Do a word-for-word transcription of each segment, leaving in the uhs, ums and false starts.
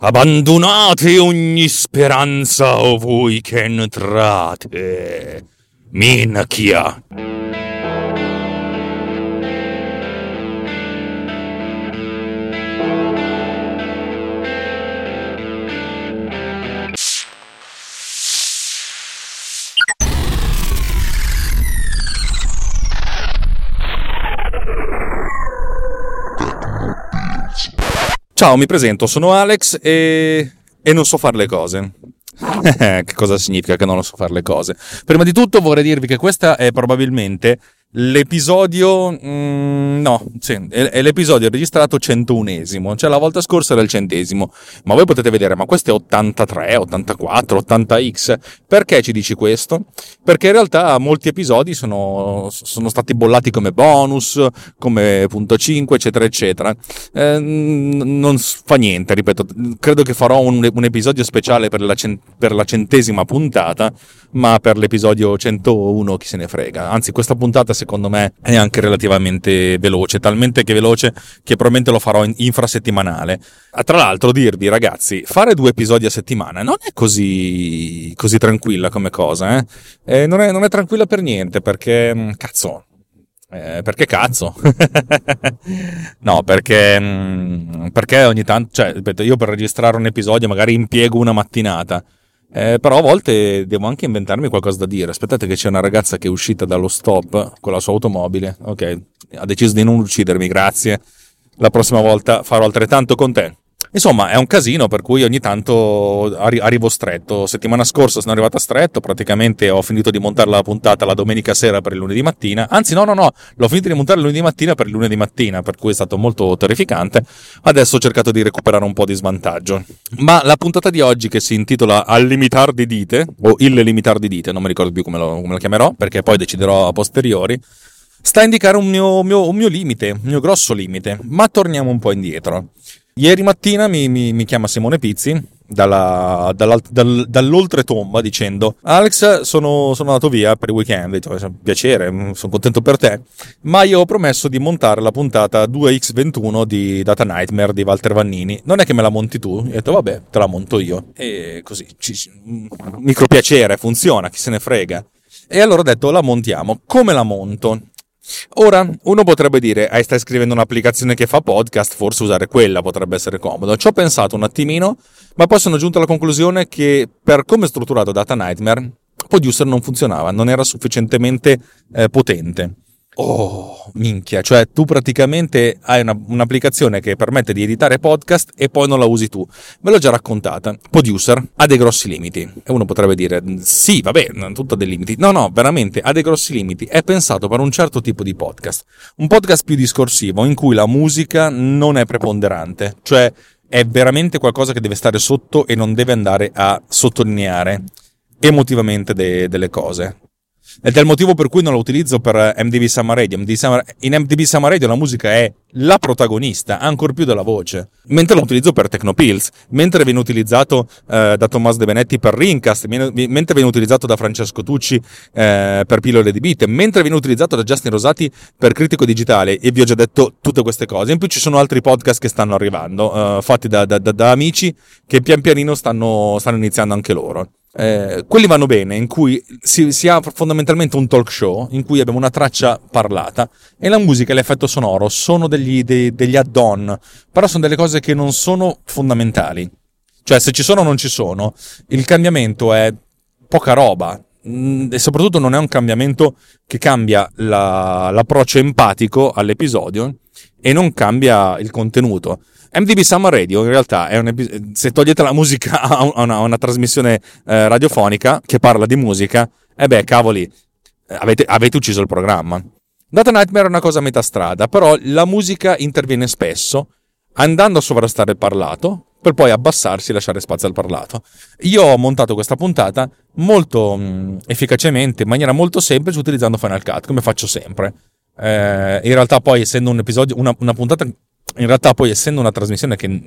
Abbandonate ogni speranza o voi che entrate. Minchia. Ciao, mi presento, sono Alex e, e non so fare le cose. Che cosa significa che non so fare le cose? Prima di tutto vorrei dirvi che questa è probabilmente l'episodio... Mm, no, sì, è, è l'episodio registrato centounesimo, cioè la volta scorsa era il centesimo. Ma voi potete vedere, ma questo è ottantatré, ottantaquattro, ottanta x. Perché ci dici questo? Perché in realtà molti episodi sono, sono stati bollati come bonus, come punto cinque, eccetera, eccetera. Eh, non fa niente, ripeto, credo che farò un, un episodio speciale per la, cent, per la centesima puntata, ma per l'episodio centouno chi se ne frega. Anzi, questa puntata secondo me è anche relativamente veloce, talmente che veloce che probabilmente lo farò in infrasettimanale. Tra l'altro dirvi, ragazzi, fare due episodi a settimana non è così così tranquilla come cosa, eh? Eh, non è, non è tranquilla per niente, perché cazzo eh, perché cazzo no, perché perché ogni tanto, cioè, ripeto, io per registrare un episodio magari impiego una mattinata. Eh, però a volte devo anche inventarmi qualcosa da dire. Aspettate che c'è una ragazza che è uscita dallo stop con la sua automobile. Ok, ha deciso di non uccidermi, grazie. La prossima volta farò altrettanto con te. Insomma, è un casino, per cui ogni tanto arri- arrivo stretto. Settimana scorsa sono arrivato stretto, praticamente ho finito di montare la puntata la domenica sera per il lunedì mattina. Anzi, no, no, no, l'ho finito di montare il lunedì mattina per il lunedì mattina, per cui è stato molto terrificante. Adesso ho cercato di recuperare un po' di svantaggio. Ma la puntata di oggi, che si intitola Al limitar di dite, o Il limitar di dite, non mi ricordo più come lo, come lo chiamerò, perché poi deciderò a posteriori, sta a indicare un mio, mio, un mio limite, un mio grosso limite. Ma torniamo un po' indietro. Ieri mattina mi, mi, mi chiama Simone Pizzi dalla, dalla, dal, dall'oltretomba dicendo: Alex, sono, sono andato via per il weekend. Ho detto, piacere, sono contento per te, ma io ho promesso di montare la puntata due per ventuno di Data Nightmare di Walter Vannini. Non è che me la monti tu? Ho detto vabbè, te la monto io. E così, ci, micro piacere, funziona, chi se ne frega. E allora ho detto la montiamo. Come la monto? Ora, uno potrebbe dire, ah, stai scrivendo un'applicazione che fa podcast, forse usare quella potrebbe essere comodo. Ci ho pensato un attimino, ma poi sono giunto alla conclusione che per come è strutturato Data Nightmare, Producer non funzionava, non era sufficientemente eh, potente. Oh, minchia, cioè tu praticamente hai una, un'applicazione che permette di editare podcast e poi non la usi tu. Ve l'ho già raccontata. Producer ha dei grossi limiti. E uno potrebbe dire, sì, vabbè, tutto ha dei limiti. No, no, veramente ha dei grossi limiti. È pensato per un certo tipo di podcast. Un podcast più discorsivo, in cui la musica non è preponderante. Cioè è veramente qualcosa che deve stare sotto e non deve andare a sottolineare emotivamente de- delle cose. Ed è il motivo per cui non lo utilizzo per M D V Summer Radio. M D V Summer, in M D V Summer Radio la musica è la protagonista, ancor più della voce. Mentre lo utilizzo per Technopills, mentre viene utilizzato eh, da Tommaso De Benetti per Rincast, mentre viene utilizzato da Francesco Tucci eh, per Pillole di Beat, mentre viene utilizzato da Justin Rosati per Critico Digitale, e vi ho già detto tutte queste cose. In più ci sono altri podcast che stanno arrivando, eh, fatti da, da, da, da amici che pian pianino stanno, stanno iniziando anche loro. Eh, quelli vanno bene, in cui si, si ha fondamentalmente un talk show in cui abbiamo una traccia parlata e la musica e l'effetto sonoro sono degli, dei, degli add-on, però sono delle cose che non sono fondamentali. Cioè, se ci sono o non ci sono, il cambiamento è poca roba, e soprattutto non è un cambiamento che cambia la, l'approccio empatico all'episodio e non cambia il contenuto. M D V Summer Radio in realtà è un episodio, se togliete la musica a una, a una trasmissione eh, radiofonica che parla di musica, e eh beh, cavoli, avete, avete ucciso il programma. Data Nightmare è una cosa a metà strada, però la musica interviene spesso andando a sovrastare il parlato per poi abbassarsi e lasciare spazio al parlato. Io ho montato questa puntata molto mh, efficacemente, in maniera molto semplice, utilizzando Final Cut, come faccio sempre. Eh, in realtà poi, essendo un episodio, una, una puntata... In realtà poi, essendo una trasmissione che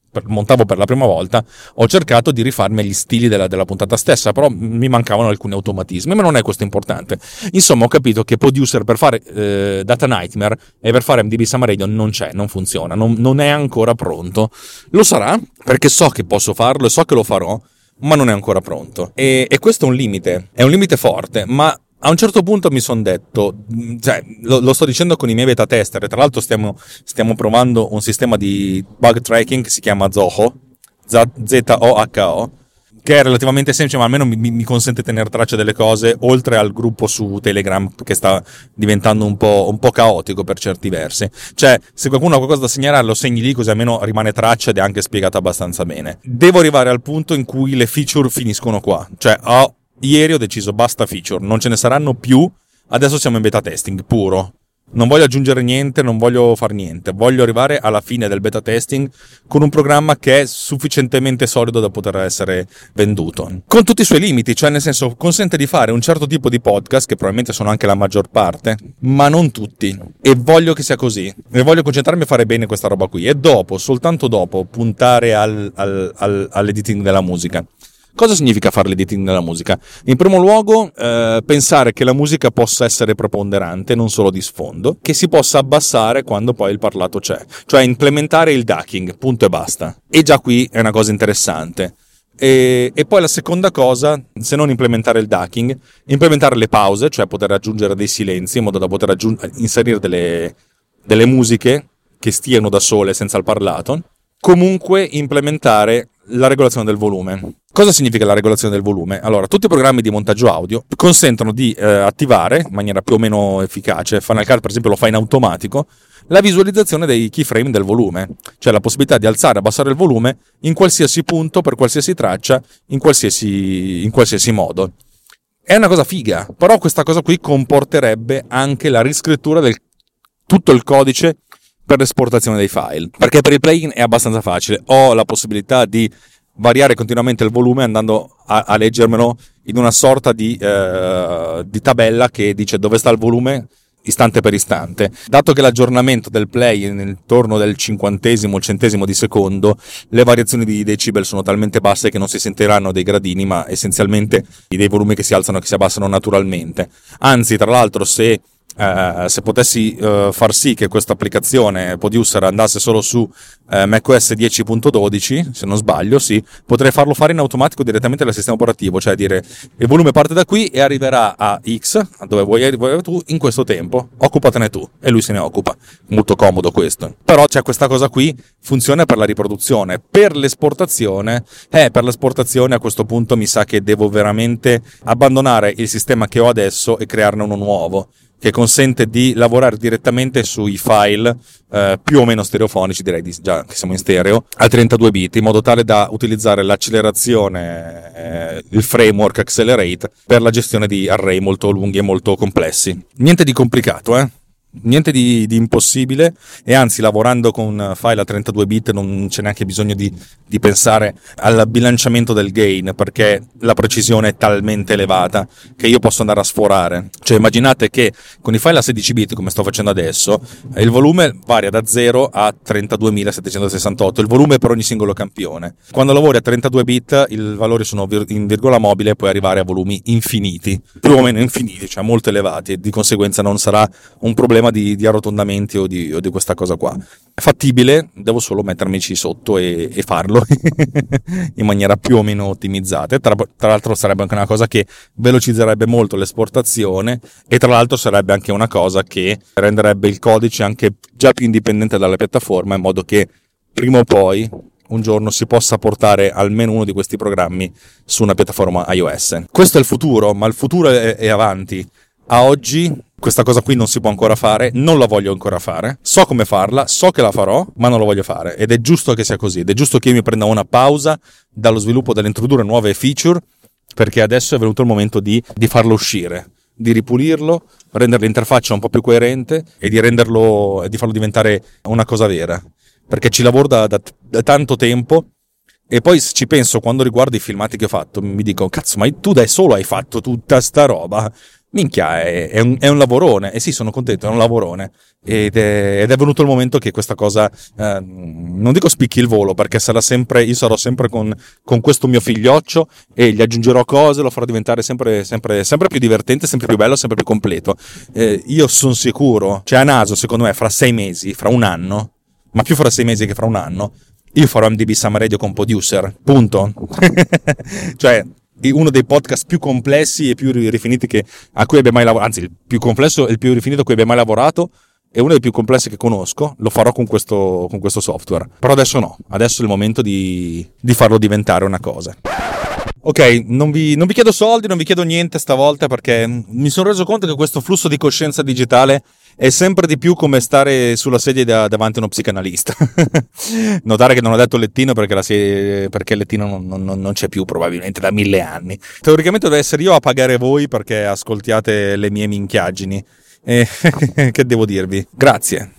montavo per la prima volta, ho cercato di rifarmi agli stili della, della puntata stessa, però mi mancavano alcuni automatismi, ma non è questo importante. Insomma, ho capito che Producer per fare eh, Data Nightmare e per fare M D B Summer Radio non c'è, non funziona, non, non è ancora pronto. Lo sarà, perché so che posso farlo e so che lo farò, ma non è ancora pronto. E, e questo è un limite, è un limite forte, ma a un certo punto mi sono detto, cioè lo, lo sto dicendo con i miei beta tester, e tra l'altro stiamo, stiamo provando un sistema di bug tracking che si chiama Zoho, Z O H O, che è relativamente semplice, ma almeno mi, mi consente di tenere traccia delle cose, oltre al gruppo su Telegram che sta diventando un po', un po' caotico per certi versi. Cioè, se qualcuno ha qualcosa da segnalare, lo segni lì, così almeno rimane traccia ed è anche spiegato abbastanza bene. Devo arrivare al punto in cui le feature finiscono qua, cioè ho ieri ho deciso basta feature, non ce ne saranno più, adesso siamo in beta testing puro, non voglio aggiungere niente, non voglio far niente, voglio arrivare alla fine del beta testing con un programma che è sufficientemente solido da poter essere venduto, con tutti i suoi limiti, cioè nel senso consente di fare un certo tipo di podcast, che probabilmente sono anche la maggior parte, ma non tutti, e voglio che sia così, e voglio concentrarmi a fare bene questa roba qui, e dopo, soltanto dopo, puntare al, al, al, all'editing della musica. Cosa significa fare l'editing della musica? In primo luogo, eh, pensare che la musica possa essere preponderante, non solo di sfondo, che si possa abbassare quando poi il parlato c'è, cioè implementare il ducking, punto e basta. E già qui è una cosa interessante. E, e poi la seconda cosa, se non implementare il ducking, implementare le pause, cioè poter aggiungere dei silenzi in modo da poter aggiung- inserire delle, delle musiche che stiano da sole senza il parlato. Comunque implementare la regolazione del volume. Cosa significa la regolazione del volume? Allora, tutti i programmi di montaggio audio consentono di eh, attivare in maniera più o meno efficace, Final Cut per esempio lo fa in automatico, la visualizzazione dei keyframe del volume, cioè la possibilità di alzare e abbassare il volume in qualsiasi punto, per qualsiasi traccia, in qualsiasi, in qualsiasi modo. È una cosa figa, però questa cosa qui comporterebbe anche la riscrittura del tutto il codice per l'esportazione dei file, perché per il plugin è abbastanza facile, ho la possibilità di variare continuamente il volume andando a, a leggermelo in una sorta di, eh, di tabella che dice dove sta il volume istante per istante. Dato che l'aggiornamento del play è intorno del cinquantesimo, il centesimo di secondo, le variazioni di decibel sono talmente basse che non si sentiranno dei gradini, ma essenzialmente dei volumi che si alzano e che si abbassano naturalmente. Anzi, tra l'altro, se Uh, se potessi uh, far sì che questa applicazione Producer andasse solo su uh, macOS dieci punto dodici, se non sbaglio, sì, potrei farlo fare in automatico direttamente dal sistema operativo, cioè dire il volume parte da qui e arriverà a X, a dove vuoi arrivare tu, in questo tempo, occupatene tu, e lui se ne occupa. Molto comodo questo. Però c'è questa cosa qui, funziona per la riproduzione, per l'esportazione, eh, per l'esportazione a questo punto mi sa che devo veramente abbandonare il sistema che ho adesso e crearne uno nuovo, che consente di lavorare direttamente sui file eh, più o meno stereofonici, direi di, già che siamo in stereo, a trentadue bit, in modo tale da utilizzare l'accelerazione, eh, il framework Accelerate, per la gestione di array molto lunghi e molto complessi. Niente di complicato, eh? Niente di, di impossibile, e anzi lavorando con file a trentadue bit non c'è neanche bisogno di, di pensare al bilanciamento del gain, perché la precisione è talmente elevata che io posso andare a sforare. Cioè immaginate che con i file a sedici bit, come sto facendo adesso, il volume varia da zero a trentaduemilasettecentosessantotto, il volume per ogni singolo campione. Quando lavori a trentadue bit i valori sono in virgola mobile e puoi arrivare a volumi infiniti, più o meno infiniti, cioè molto elevati, e di conseguenza non sarà un problema Di, di arrotondamenti o di, o di questa cosa qua. È fattibile, devo solo mettermici sotto e, e farlo in maniera più o meno ottimizzata. Tra, tra l'altro sarebbe anche una cosa che velocizzerebbe molto l'esportazione, e tra l'altro sarebbe anche una cosa che renderebbe il codice anche già più indipendente dalla piattaforma, in modo che prima o poi un giorno si possa portare almeno uno di questi programmi su una piattaforma iOS. Questo è il futuro, ma il futuro è, è avanti. A oggi questa cosa qui non si può ancora fare, non la voglio ancora fare, so come farla, so che la farò, ma non la voglio fare, ed è giusto che sia così, ed è giusto che io mi prenda una pausa dallo sviluppo, dall'introdurre nuove feature, perché adesso è venuto il momento di, di farlo uscire, di ripulirlo, rendere l'interfaccia un po' più coerente e di renderlo, di farlo diventare una cosa vera, perché ci lavoro da, da, da tanto tempo E poi ci penso quando riguardo i filmati che ho fatto, mi dico, cazzo, ma tu da solo hai fatto tutta sta roba? Minchia, è, è, un, è un lavorone. E sì, sono contento, è un lavorone. Ed è, ed è venuto il momento che questa cosa, eh, non dico spicchi il volo, perché sarà sempre, io sarò sempre con, con questo mio figlioccio e gli aggiungerò cose, lo farò diventare sempre, sempre, sempre più divertente, sempre più bello, sempre più completo. Eh, io sono sicuro, cioè a naso, secondo me, fra sei mesi, fra un anno, ma più fra sei mesi che fra un anno, io farò M D B Summer Radio con Producer, punto. Cioè, uno dei podcast più complessi e più rifiniti che, a cui abbia mai lavorato, anzi, il più complesso e il più rifinito a cui abbia mai lavorato, è uno dei più complessi che conosco, lo farò con questo, con questo software. Però adesso no, adesso è il momento di, di farlo diventare una cosa. Ok, non vi, non vi chiedo soldi, non vi chiedo niente stavolta, perché mi sono reso conto che questo flusso di coscienza digitale è sempre di più come stare sulla sedia da, davanti a uno psicanalista. Notare che non ho detto lettino perché, la sedia, perché il lettino non, non, non c'è più probabilmente da mille anni. Teoricamente dovrei essere io a pagare voi perché ascoltiate le mie minchiaggini. E che devo dirvi? Grazie.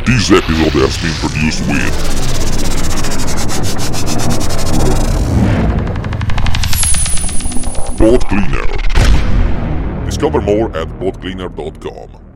This episode has been produced with Boat Cleaner. Discover more at boat cleaner dot com.